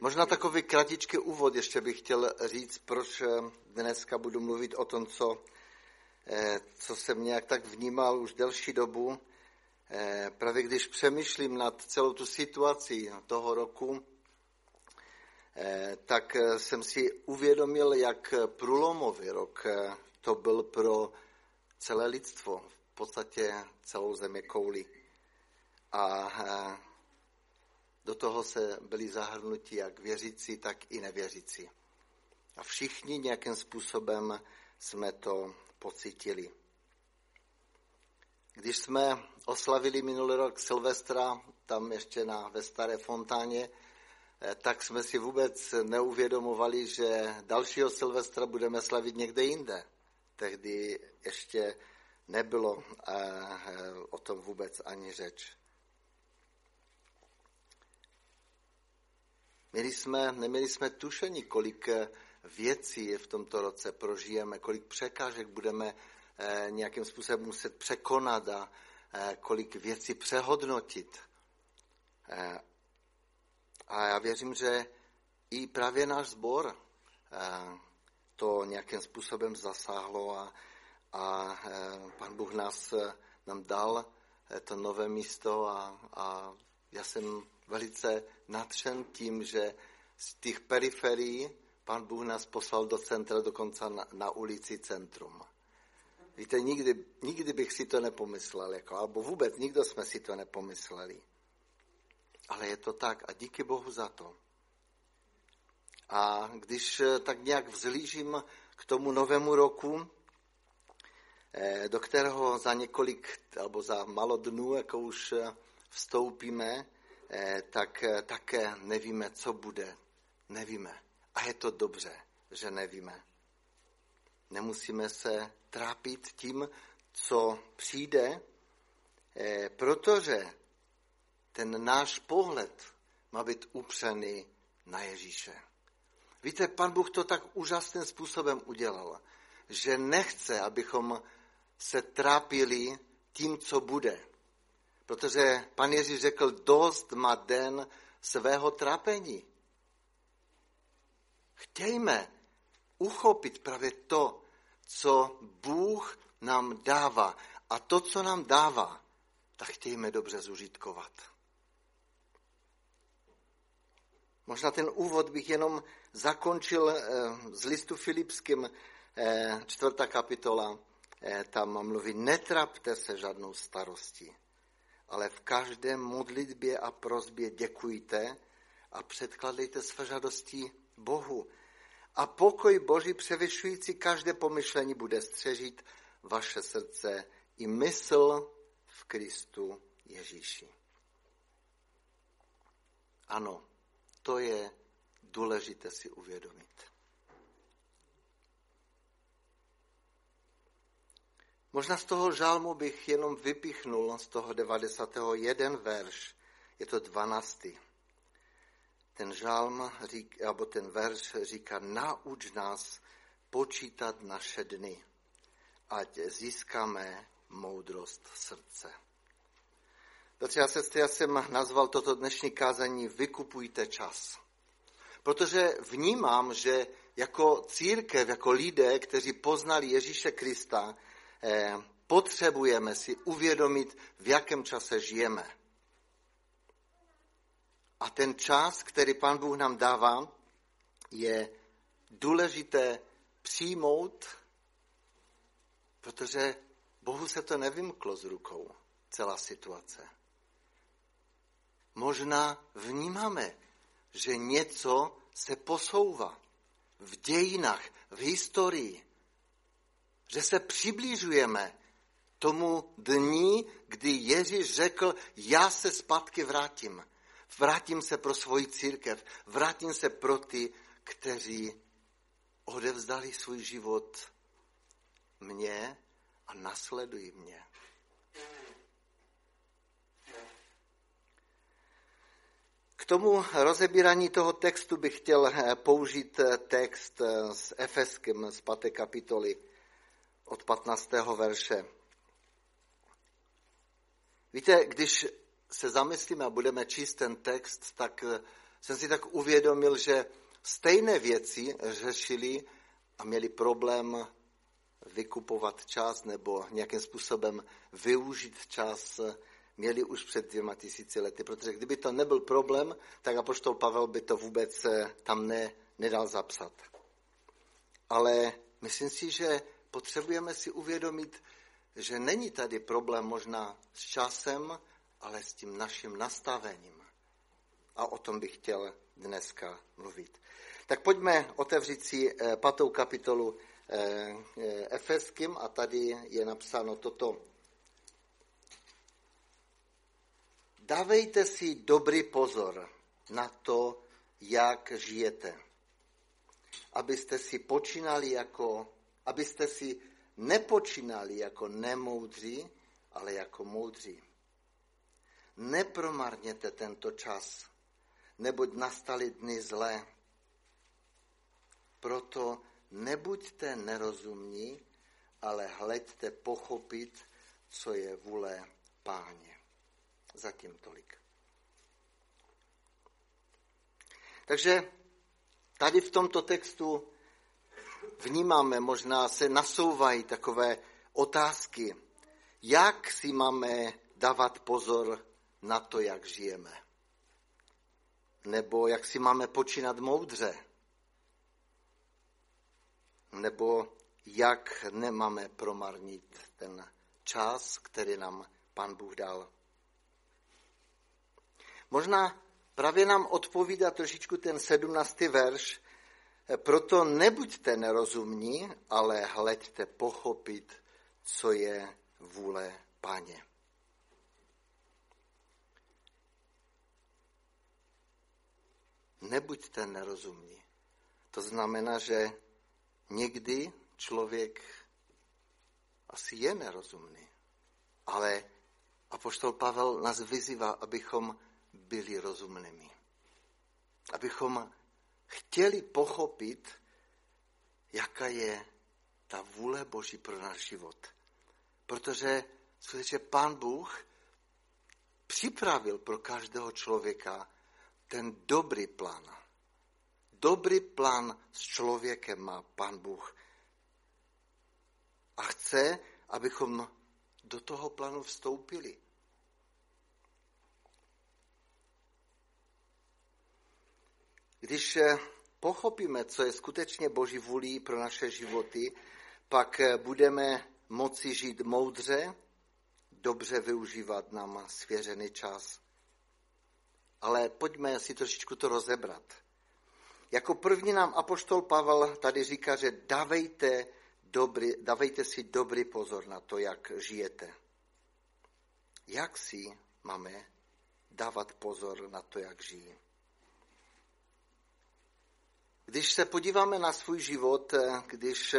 Možná takový kratičký úvod ještě bych chtěl říct, proč dneska budu mluvit o tom, co jsem nějak tak vnímal už delší dobu. Právě když přemýšlím nad celou tu situaci toho roku, tak jsem si uvědomil, jak průlomový rok to byl pro celé lidstvo, v podstatě celou zeměkouli. A do toho se byli zahrnuti jak věřící, tak i nevěřící. A všichni nějakým způsobem jsme to pocítili. Když jsme oslavili minulý rok Silvestra, tam ještě ve Staré Fontáně, tak jsme si vůbec neuvědomovali, že dalšího Silvestra budeme slavit někde jinde. Tehdy ještě nebylo o tom vůbec ani řeč. Neměli jsme tušení, kolik věcí v tomto roce prožijeme, kolik překážek budeme nějakým způsobem muset překonat a kolik věcí přehodnotit. A já věřím, že i právě náš sbor to nějakým způsobem zasáhlo a Pán Bůh nám dal to nové místo a já jsem velice nadšen tím, že z těch periferií Pán Bůh nás poslal do centra, dokonce na ulici Centrum. Víte, nikdy bych si to nepomyslel, alebo vůbec nikdo jsme si to nepomysleli. Ale je to tak a díky Bohu za to. A když tak nějak vzhlížím k tomu novému roku, do kterého za několik, alebo za málo dnů, jako už vstoupíme, tak také nevíme, co bude. Nevíme. A je to dobře, že nevíme. Nemusíme se trápit tím, co přijde, protože ten náš pohled má být upřený na Ježíše. Víte, Pan Bůh to tak úžasným způsobem udělal, že nechce, abychom se trápili tím, co bude. Protože Pan Ježíš řekl, dost má den svého trápení. Chtějme uchopit právě to, co Bůh nám dává. A to, co nám dává, tak chtějme dobře zužitkovat. Možná ten úvod bych jenom zakončil z listu Filipským, 4. kapitola. Tam mluví, netrapte se žádnou starostí, ale v každé modlitbě a prosbě děkujte a předkládejte své žádosti Bohu. A pokoj Boží převyšující každé pomyšlení bude střežit vaše srdce i mysl v Kristu Ježíši. Ano, to je důležité si uvědomit. Možná z toho žálmu bych jenom vypichnul z toho 91 verš, je to 12. Ten žálm, nebo ten verš říká, nauč nás počítat naše dny, ať získáme moudrost srdce. Bratři a sestry, já jsem nazval toto dnešní kázání Vykupujte čas. Protože vnímám, že jako církev, jako lidé, kteří poznali Ježíše Krista, potřebujeme si uvědomit, v jakém čase žijeme. A ten čas, který Pán Bůh nám dává, je důležité přijmout, protože Bohu se to nevymklo z rukou, celá situace. Možná vnímáme, že něco se posouvá v dějinách, v historii, že se přibližujeme tomu dni, kdy Ježíš řekl, já se zpátky vrátím. Vrátím se pro svoji církev, vrátím se pro ty, kteří odevzdali svůj život mně a nasledují mě. K tomu rozebírání toho textu bych chtěl použít text z Efeským z 5. kapitoly od 15. verše. Víte, když se zamyslíme a budeme číst ten text, tak jsem si tak uvědomil, že stejné věci řešili a měli problém vykupovat čas nebo nějakým způsobem využít čas, měli už před 2000 lety, protože kdyby to nebyl problém, tak apoštol Pavel by to vůbec tam nedal zapsat. Ale myslím si, že potřebujeme si uvědomit, že není tady problém možná s časem, ale s tím naším nastavením. A o tom bych chtěl dneska mluvit. Tak pojďme otevřít si 5. kapitolu Efeským a tady je napsáno toto. Dávejte si dobrý pozor na to, jak žijete, abyste si nepočínali jako nemoudří, ale jako moudří. Nepromarněte tento čas, neboť nastaly dny zlé. Proto nebuďte nerozumní, ale hleďte pochopit, co je vůle Páně. Zatím tolik. Takže tady v tomto textu vnímáme, možná se nasouvají takové otázky, jak si máme dávat pozor na to, jak žijeme. Nebo jak si máme počínat moudře. Nebo jak nemáme promarnit ten čas, který nám Pán Bůh dal. Možná právě nám odpovídá trošičku ten 17. verš. Proto nebuďte nerozumní, ale hleďte pochopit, co je vůle Páně. Nebuďte nerozumní. To znamená, že někdy člověk asi je nerozumný, ale apoštol Pavel nás vyzývá, abychom byli rozumnými. Abychom chtěli pochopit, jaká je ta vůle Boží pro náš život. Protože skutečně Pán Bůh připravil pro každého člověka ten dobrý plán. Dobrý plán s člověkem má Pán Bůh. A chce, abychom do toho plánu vstoupili. Když pochopíme, co je skutečně Boží vůlí pro naše životy, pak budeme moci žít moudře, dobře využívat nám svěřený čas. Ale pojďme si trošičku to rozebrat. Jako první nám apoštol Pavel tady říká, že dávejte si dobrý pozor na to, jak žijete. Jak si máme dávat pozor na to, jak žijí? Když se podíváme na svůj život, když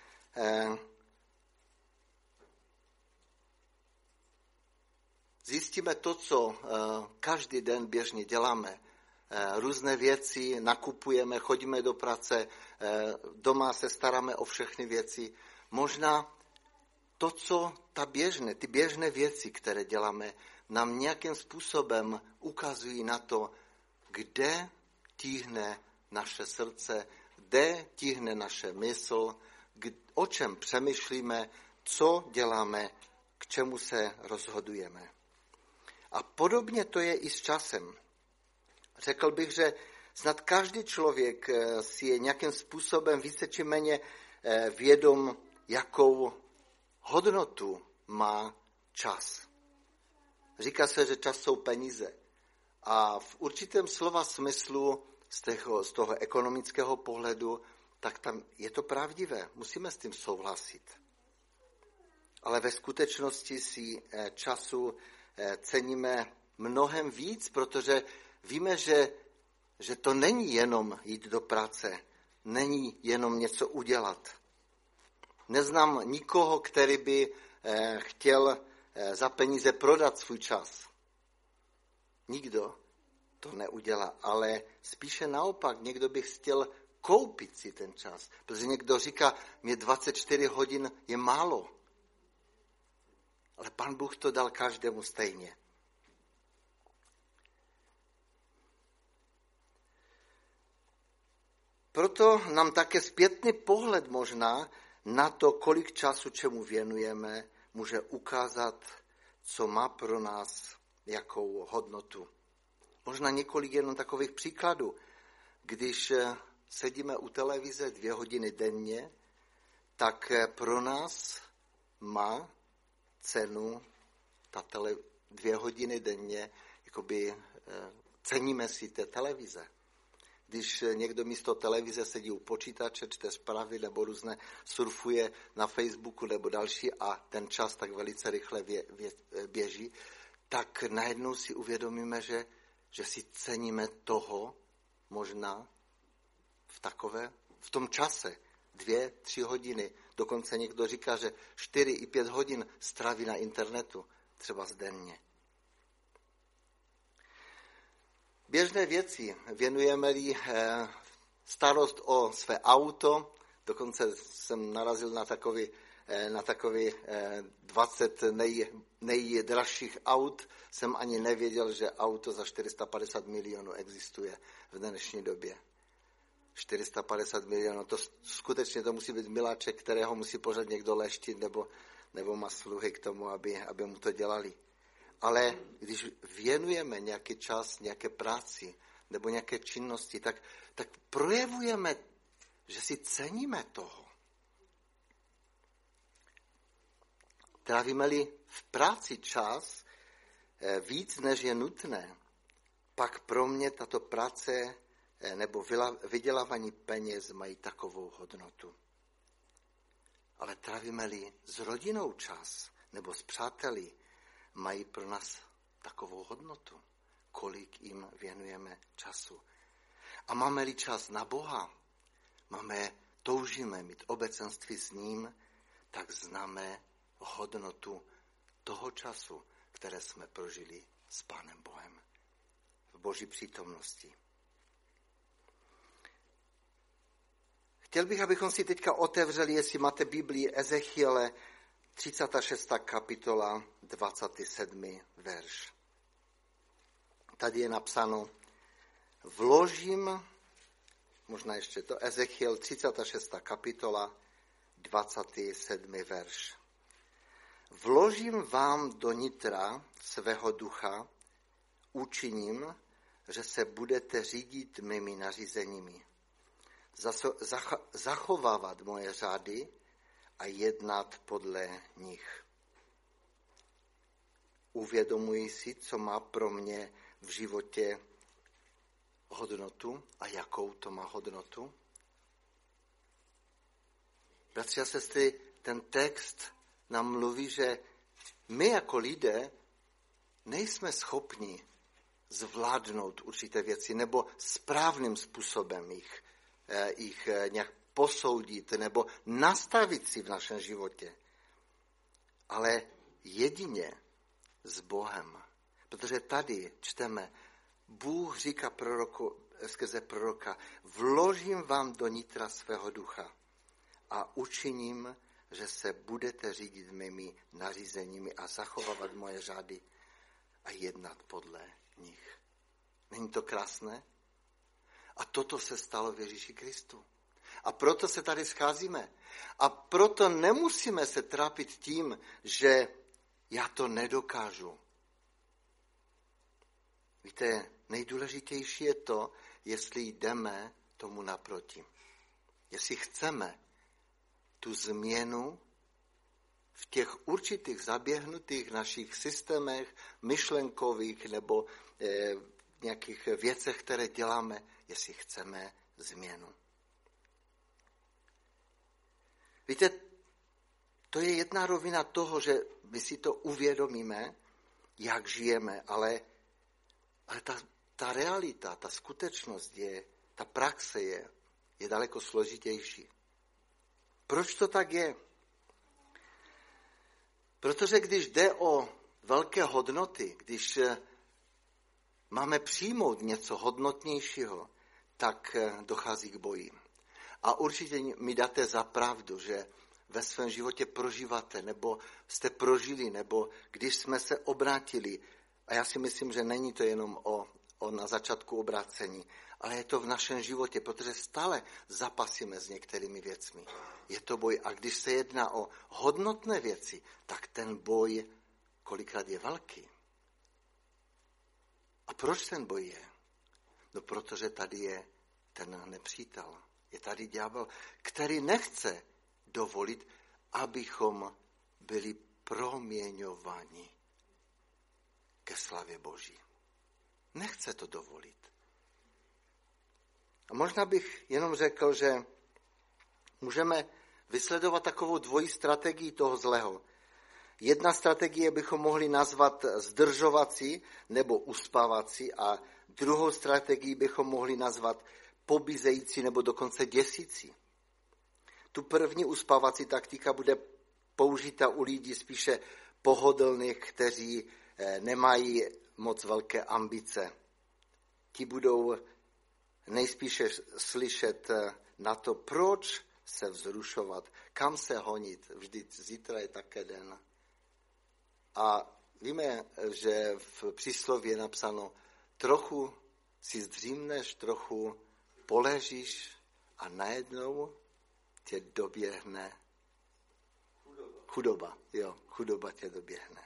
zjistíme to, co každý den běžně děláme, různé věci, nakupujeme, chodíme do práce, doma se staráme o všechny věci. Možná to, co ty běžné věci, které děláme, nám nějakým způsobem ukazují na to, kde tíhne naše srdce, kde tíhne naše mysl, o čem přemýšlíme, co děláme, k čemu se rozhodujeme. A podobně to je i s časem. Řekl bych, že snad každý člověk si je nějakým způsobem více či méně vědom, jakou hodnotu má čas. Říká se, že čas jsou peníze. A v určitém slova smyslu z toho ekonomického pohledu, tak tam je to pravdivé. Musíme s tím souhlasit. Ale ve skutečnosti si času ceníme mnohem víc, protože víme, že to není jenom jít do práce, není jenom něco udělat. Neznám nikoho, který by chtěl za peníze prodat svůj čas. Nikdo to neudělá, ale spíše naopak, někdo by chtěl koupit si ten čas, protože někdo říká, mě 24 hodin je málo. Ale Pán Bůh to dal každému stejně. Proto nám také zpětný pohled možná na to, kolik času čemu věnujeme, může ukázat, co má pro nás jakou hodnotu. Možná několik jenom takových příkladů. Když sedíme u televize 2 hodiny denně, tak pro nás má cenu 2 hodiny denně, jakoby ceníme si té televize. Když někdo místo televize sedí u počítače, čte zprávy nebo různé surfuje na Facebooku nebo další a ten čas tak velice rychle běží, tak najednou si uvědomíme, že si ceníme toho možná v tom čase 2-3 hodiny. Dokonce někdo říká, že 4 i 5 hodin stráví na internetu, třeba denně. Běžné věci věnujeme-li starost o své auto, dokonce jsem narazil na takový 20 nejdražších aut, jsem ani nevěděl, že auto za 450 milionů existuje v dnešní době. 450 milionů, to skutečně to musí být miláček, kterého musí pořád někdo leštit, nebo má sluhy k tomu, aby mu to dělali. Ale když věnujeme nějaký čas, nějaké práci nebo nějaké činnosti, tak projevujeme, že si ceníme toho. Trávíme-li v práci čas víc, než je nutné, pak pro mě tato práce nebo vydělávání peněz mají takovou hodnotu. Ale trávíme-li s rodinou čas nebo s přáteli, mají pro nás takovou hodnotu, kolik jim věnujeme času. A máme-li čas na Boha, toužíme mít obecenství s ním, tak známe hodnotu toho času, které jsme prožili s Pánem Bohem v Boží přítomnosti. Chtěl bych, abychom si teďka otevřeli, jestli máte Biblii, Ezechiele, 36. kapitola, 27. verš. Tady je napsáno, vložím, možná ještě to, Ezechiel, 36. kapitola, 27. verš. Vložím vám do nitra svého ducha, učiním, že se budete řídit mými nařízeními, zachovávat moje řády a jednat podle nich. Uvědomuji si, co má pro mě v životě hodnotu a jakou to má hodnotu. Bratři a sestry, ten text nám mluví, že my jako lidé nejsme schopni zvládnout určité věci nebo správným způsobem jich nějak posoudit nebo nastavit si v našem životě. Ale jedině s Bohem. Protože tady čteme, Bůh říká skrze proroka, vložím vám do nitra svého ducha a učiním, že se budete řídit mými nařízeními a zachovávat moje řády a jednat podle nich. Není to krásné? A toto se stalo v Ježíši Kristu. A proto se tady scházíme. A proto nemusíme se trápit tím, že já to nedokážu. Víte, nejdůležitější je to, jestli jdeme tomu naproti. Jestli chceme tu změnu v těch určitých zaběhnutých našich systémech, myšlenkových nebo nějakých věcech, které děláme, jestli chceme změnu. Víte, to je jedna rovina toho, že my si to uvědomíme, jak žijeme, ale ta realita, ta skutečnost ta praxe je daleko složitější. Proč to tak je? Protože když jde o velké hodnoty, když máme přijmout něco hodnotnějšího, tak dochází k boji. A určitě mi dáte za pravdu, že ve svém životě prožíváte, nebo jste prožili, nebo když jsme se obrátili, a já si myslím, že není to jenom o na začátku obrácení, ale je to v našem životě, protože stále zapasíme s některými věcmi. Je to boj. A když se jedná o hodnotné věci, tak ten boj kolikrát je velký. A proč ten boj je? No protože tady je ten nepřítel. Je tady ďábel, který nechce dovolit, abychom byli proměňováni ke slavě Boží. Nechce to dovolit. A možná bych jenom řekl, že můžeme vysledovat takovou dvojí strategii toho zlého. Jedna strategie bychom mohli nazvat zdržovací nebo uspávací a druhou strategii bychom mohli nazvat pobízející nebo dokonce děsící. Tu první uspávací taktika bude použita u lidí spíše pohodlných, kteří nemají moc velké ambice. Ti budou nejspíše slyšet na to, proč se vzrušovat, kam se honit, vždyť zítra je také den. A víme, že v přísloví je napsáno, trochu si zdřímneš, trochu poležíš a najednou tě doběhne chudoba. Chudoba tě doběhne.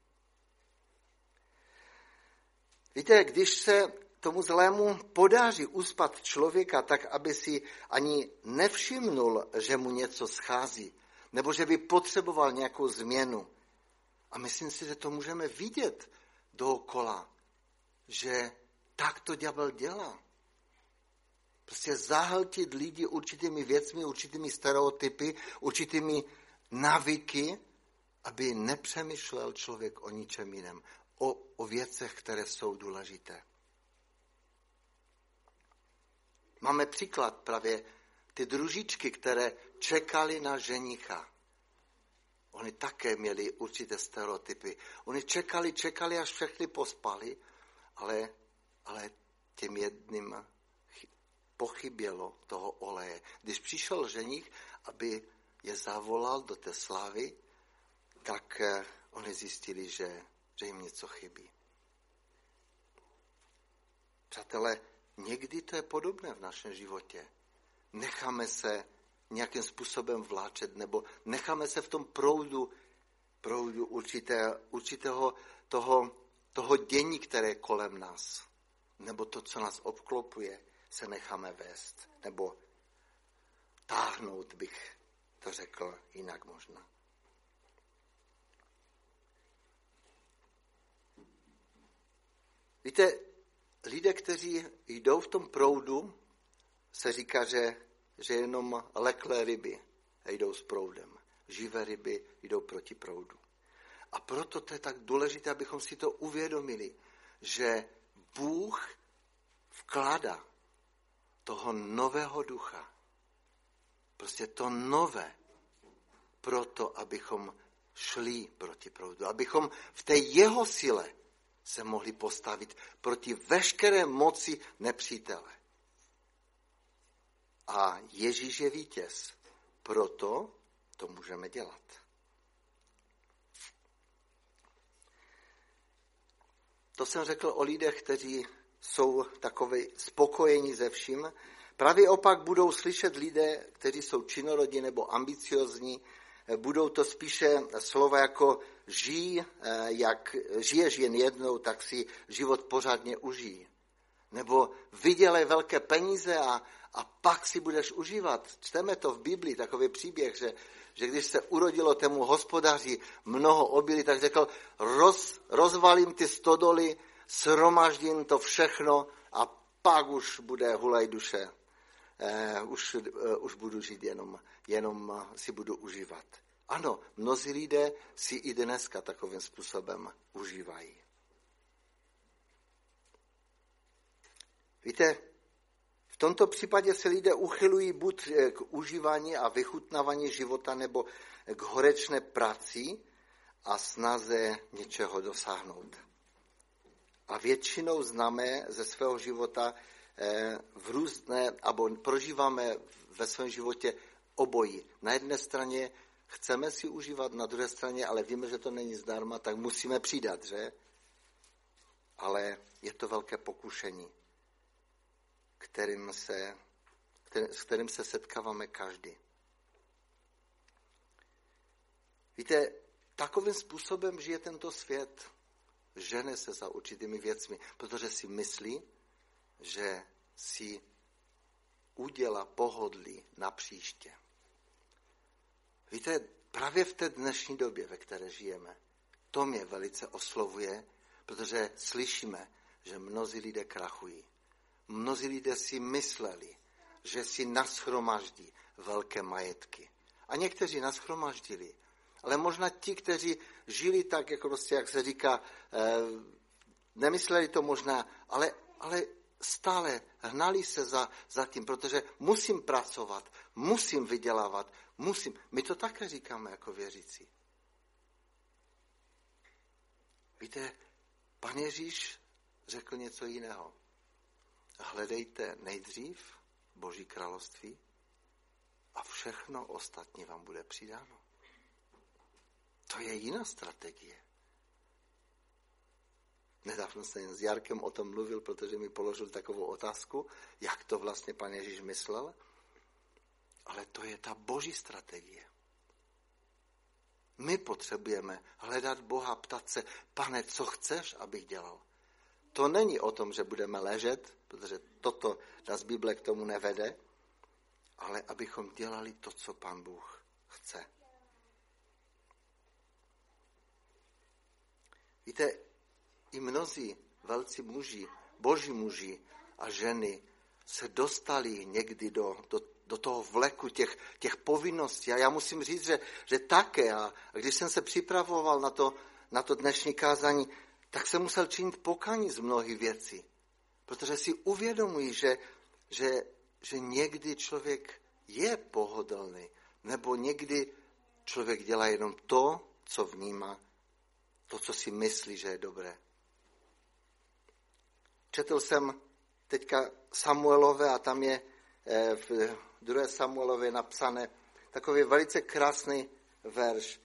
Víte, když se tomu zlému podaří uspat člověka tak, aby si ani nevšimnul, že mu něco schází, nebo že by potřeboval nějakou změnu. A myslím si, že to můžeme vidět dookola, že tak to ďábel dělá. Prostě zahltit lidi určitými věcmi, určitými stereotypy, určitými navyky, aby nepřemýšlel člověk o ničem jiném, o věcech, které jsou důležité. Máme příklad právě ty družičky, které čekali na ženicha. Oni také měli určité stereotypy. Oni čekali, až všechny pospali, ale těm jedným pochybělo toho oleje. Když přišel ženich, aby je zavolal do té slávy, tak oni zjistili, že jim něco chybí. Přátelé, někdy to je podobné v našem životě. Necháme se nějakým způsobem vláčet, nebo necháme se v tom proudu určitého toho dění, které je kolem nás, nebo to, co nás obklopuje, se necháme vést, nebo táhnout, bych to řekl jinak možná. Víte, lidé, kteří jdou v tom proudu, se říká, že jenom leklé ryby jdou s proudem. Živé ryby jdou proti proudu. A proto to je tak důležité, abychom si to uvědomili, že Bůh vkládá toho nového ducha. Prostě to nové, proto, abychom šli proti proudu. Abychom v té jeho sile se mohli postavit proti veškeré moci nepřítele. A Ježíš je vítěz. Proto to můžeme dělat. To jsem řekl o lidech, kteří jsou takový spokojení ze vším. Právě opak budou slyšet lidé, kteří jsou činorodí nebo ambiciozní. Budou to spíše slova jako jak žiješ jen jednou, tak si život pořádně užij. Nebo vydělej velké peníze a pak si budeš užívat. Čteme to v Biblii, takový příběh, že když se urodilo tému hospodáři mnoho obilí, tak řekl, rozvalím ty stodoly, shromaždím to všechno a pak už bude hulej duše. Už budu žít, jenom si budu užívat. Ano, mnozí lidé si i dneska takovým způsobem užívají. Víte, v tomto případě se lidé uchylují buď k užívání a vychutnávání života, nebo k horečné práci a snaze něčeho dosáhnout. A většinou známe ze svého života prožíváme ve svém životě obojí. Na jedné straně chceme si užívat, na druhé straně, ale víme, že to není zdarma, tak musíme přidat, že? ale je to velké pokušení, s kterým se setkáváme každý. Víte, takovým způsobem žije tento svět. Žene se za určitými věcmi, protože si myslí, že si udělá pohodlí na příště. Víte, právě v té dnešní době, ve které žijeme, to mě velice oslovuje, protože slyšíme, že mnozí lidé krachují. Mnozí lidé si mysleli, že si nashromaždí velké majetky. A někteří nashromaždili. Ale možná ti, kteří žili tak, jako prostě, jak se říká, nemysleli to možná, ale stále hnali se za tím, protože musím pracovat, musím vydělávat, musím. My to také říkáme jako věřící. Víte, Pan Ježíš řekl něco jiného. Hledejte nejdřív Boží království a všechno ostatní vám bude přidáno. To je jiná strategie. Nedávno jsem s Jarkem o tom mluvil, protože mi položil takovou otázku, jak to vlastně Pan Ježíš myslel. Ale to je ta Boží strategie. My potřebujeme hledat Boha, ptat se, Pane, co chceš, abych dělal? To není o tom, že budeme ležet, protože toto z Bible k tomu nevede, ale abychom dělali to, co Pan Bůh chce. Víte, i mnozí velcí muži, boží muži a ženy se dostali někdy do toho vleku těch povinností. A já musím říct, že také. A když jsem se připravoval na to dnešní kázání, tak jsem musel činit pokání z mnohých věcí. Protože si uvědomuji, že někdy člověk je pohodlný, nebo někdy člověk dělá jenom to, co vnímá, to, co si myslí, že je dobré. Četl jsem teďka Samuelové a tam je v 2. Samuelově napsané takový velice krásný verš.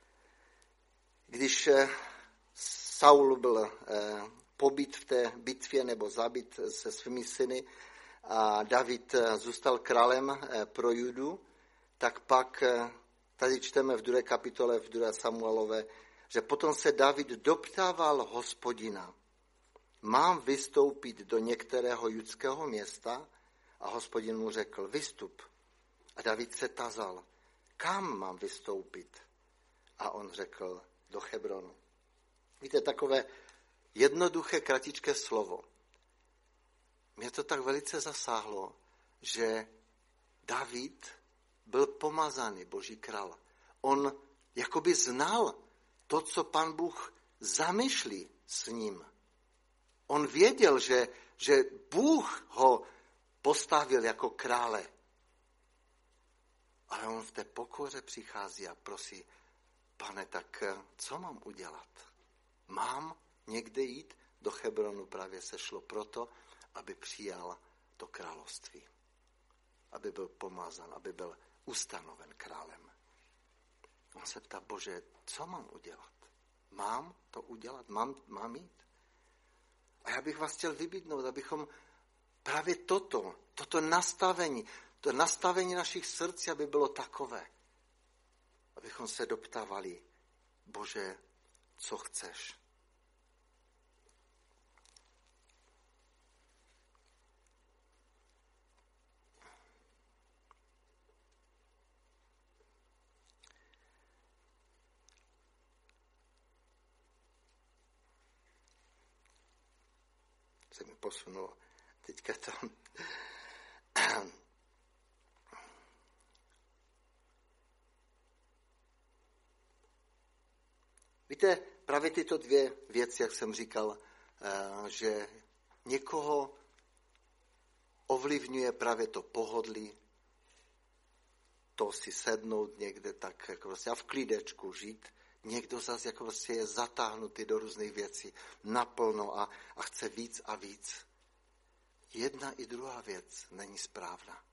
Když Saul byl pobit v té bitvě nebo zabit se svými syny a David zůstal králem pro Judu, tak pak tady čteme v 2. kapitole v 2. Samuelové, že potom se David doptával Hospodina, mám vystoupit do některého judského města? A Hospodin mu řekl, vystup. A David se tazal, kam mám vystoupit? A on řekl, do Hebronu. Víte, takové jednoduché, kratičké slovo. Mě to tak velice zasáhlo, že David byl pomazaný Boží král. On jakoby znal to, co Pan Bůh zamýšlí s ním. On věděl, že Bůh ho postavil jako krále. Ale on v té pokoře přichází a prosí, Pane, tak co mám udělat? Mám někde jít? Do Hebronu právě se šlo proto, aby přijal to království. Aby byl pomazán, aby byl ustanoven králem. On se ptá, Bože, co mám udělat? Mám to udělat? Mám jít? A já bych vás chtěl vybídnout, abychom právě toto nastavení, to nastavení našich srdcí, aby bylo takové, abychom se doptávali, Bože, co chceš? Se mi posunulo. Teďka to... Víte, právě tyto dvě věci, jak jsem říkal, že někoho ovlivňuje právě to pohodlí, to si sednout někde tak jako prostě a v klídečku žít. Někdo zase jako prostě je zatáhnutý do různých věcí naplno a chce víc a víc. Jedna i druhá věc není správná.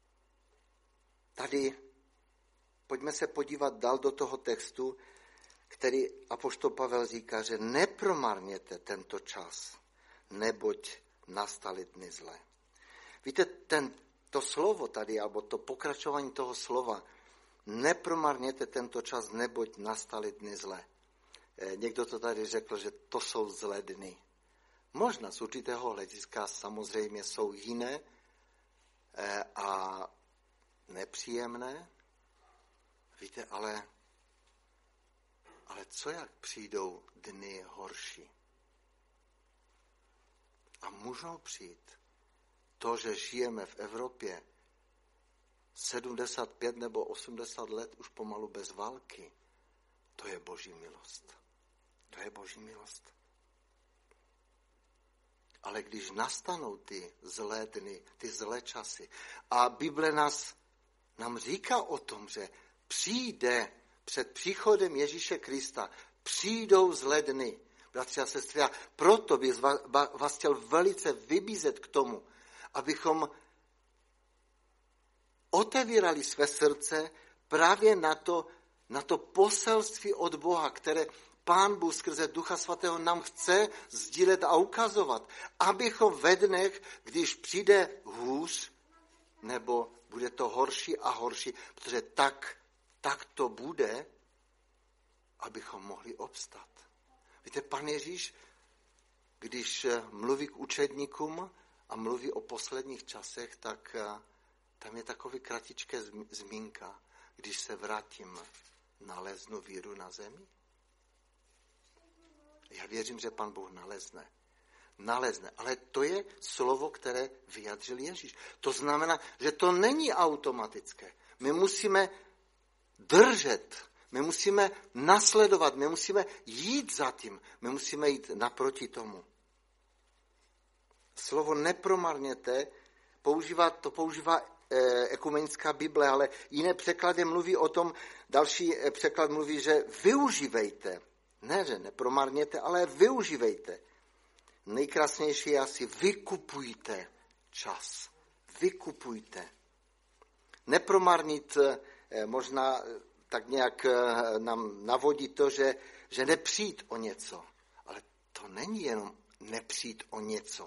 Tady pojďme se podívat dál do toho textu, který apoštol Pavel říká, že nepromarněte tento čas, neboť nastaly dny zlé. Víte, to slovo tady, alebo to pokračování toho slova, nepromarněte tento čas, neboť nastaly dny zlé. Někdo to tady řekl, že to jsou zlé dny. Možná z určitého hlediska samozřejmě jsou jiné a nepříjemné. Víte, ale co jak přijdou dny horší? A můžou přijít. To, že žijeme v Evropě 75 nebo 80 let už pomalu bez války, to je Boží milost. To je Boží milost. Ale když nastanou ty zlé dny, ty zlé časy, a Bible nám říká o tom, že přijde před příchodem Ježíše Krista, přijdou zlé dny, bratři a sestry, a proto bych vás chtěl velice vybízet k tomu, abychom otevírali své srdce právě na to poselství od Boha, které Pán Bůh skrze Ducha Svatého nám chce sdílet a ukazovat, abychom ve dnech, když přijde hůř, nebo bude to horší a horší, protože tak to bude, abychom mohli obstat. Víte, Pan Ježíš, když mluví k učedníkům a mluví o posledních časech, tak tam je takový kratičké zmínka, když se vrátím, naleznu víru na zemi. Já věřím, že Pan Bůh nalezne. Ale to je slovo, které vyjadřil Ježíš. To znamená, že to není automatické. My musíme držet, my musíme nasledovat, my musíme jít za tím, my musíme jít naproti tomu. Slovo nepromarněte používá ekumenická Bible, ale jiné překlady mluví o tom, další překlad mluví, že využívejte. Ne, že nepromarněte, ale využívejte. Nejkrásnější je asi vykupujte čas. Vykupujte. Nepromarnit možná tak nějak nám navodí to, že nepřijít o něco. Ale to není jenom nepřijít o něco.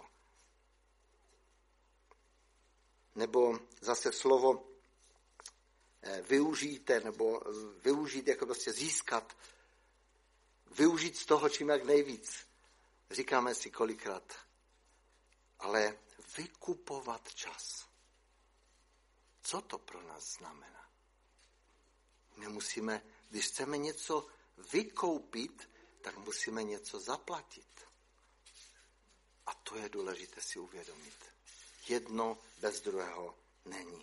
Nebo zase slovo využijte, nebo využít jako prostě získat. Využít z toho čím jak nejvíc. Říkáme si kolikrát. Ale vykupovat čas. Co to pro nás znamená? My musíme, když chceme něco vykoupit, tak musíme něco zaplatit. A to je důležité si uvědomit. Jedno bez druhého není.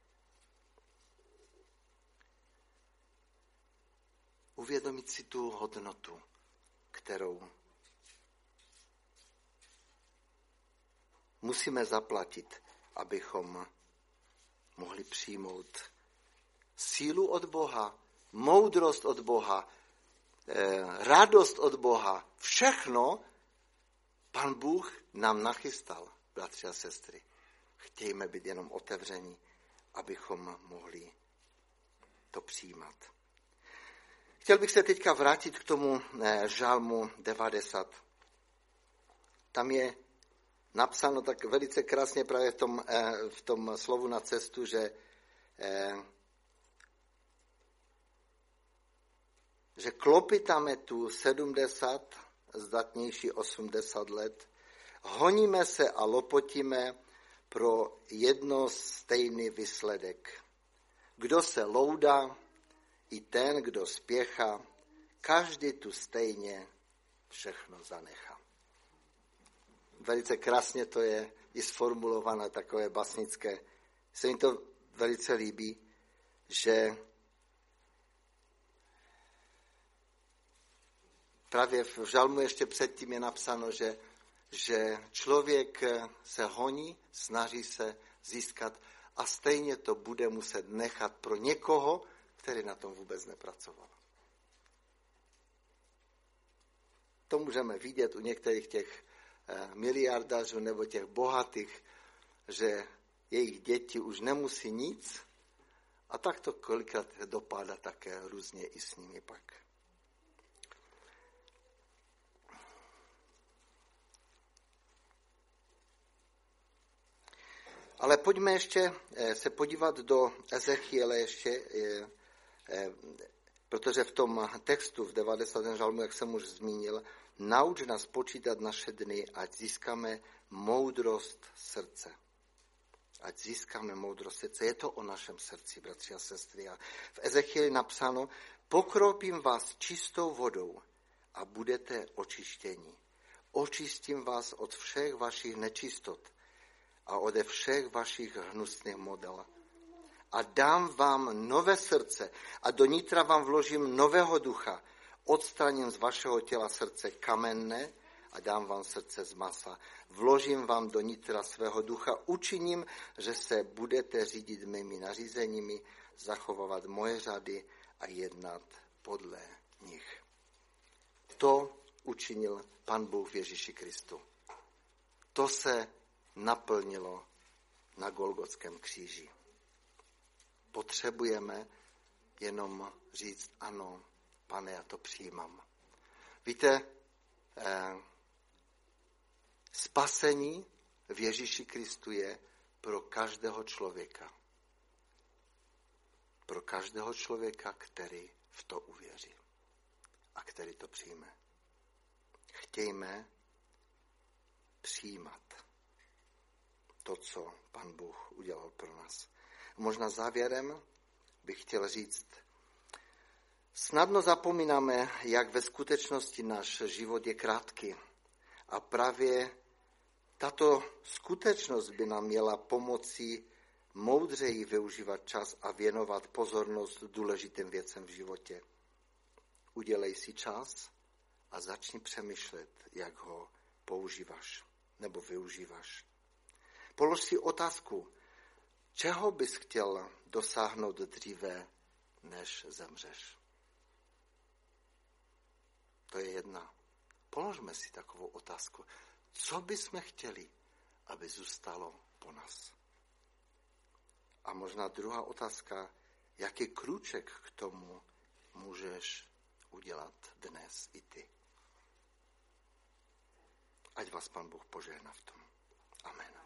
Uvědomit si tu hodnotu, kterou musíme zaplatit, abychom mohli přijmout sílu od Boha, moudrost od Boha, radost od Boha. Všechno Pan Bůh nám nachystal, bratři a sestry. Chtějme být jenom otevření, abychom mohli to přijímat. Chtěl bych se teďka vrátit k tomu žalmu 90. Tam je napsáno tak velice krásně právě v tom slovu na cestu, že klopitáme tu 70, zdatnější 80 let, honíme se a lopotíme pro jedno stejný výsledek. Kdo se loudá, i ten, kdo spěchá, každý tu stejně všechno zanechá. Velice krásně to je i sformulované, takové básnické. Se mi to velice líbí, že právě v žalmu ještě předtím je napsáno, že člověk se honí, snaží se získat a stejně to bude muset nechat pro někoho, který na tom vůbec nepracoval. To můžeme vidět u některých těch miliardářů nebo těch bohatých, že jejich děti už nemusí nic a tak to kolikrát dopadá také různě i s nimi pak. Ale pojďme ještě se podívat do Ezechiele ještě, protože v tom textu v 90. žalmu, jak jsem už zmínil, nauč nás počítat naše dny, ať získáme moudrost srdce. Ať získáme moudrost srdce. Je to o našem srdci, bratři a sestry. A v Ezechieli napsáno, pokropím vás čistou vodou a budete očištěni. Očistím vás od všech vašich nečistot a ode všech vašich hnusných model. A dám vám nové srdce a do nitra vám vložím nového ducha. Odstraním z vašeho těla srdce kamenné a dám vám srdce z masa. Vložím vám do nitra svého ducha, učiním, že se budete řídit mými nařízeními, zachovávat moje řady a jednat podle nich. To učinil Pan Bůh v Ježíši Kristu. To se naplnilo na Golgotském kříži. Potřebujeme jenom říct ano, Pane, já to přijímám. Víte, spasení v Ježíši Kristu je pro každého člověka. Pro každého člověka, který v to uvěří a který to přijme. Chtějme přijímat to, co Pan Bůh udělal pro nás. Možná závěrem bych chtěl říct, snadno zapomínáme, jak ve skutečnosti náš život je krátký. A právě tato skutečnost by nám měla pomoci moudřeji využívat čas a věnovat pozornost důležitým věcem v životě. Udělej si čas a začni přemýšlet, jak ho používáš nebo využíváš. Polož si otázku, čeho bys chtěl dosáhnout dříve, než zemřeš. To je jedna. Položme si takovou otázku. Co bychom chtěli, aby zůstalo po nás? A možná druhá otázka, jaký krůček k tomu můžeš udělat dnes i ty. Ať vás Pan Bůh požehná v tom. Amen.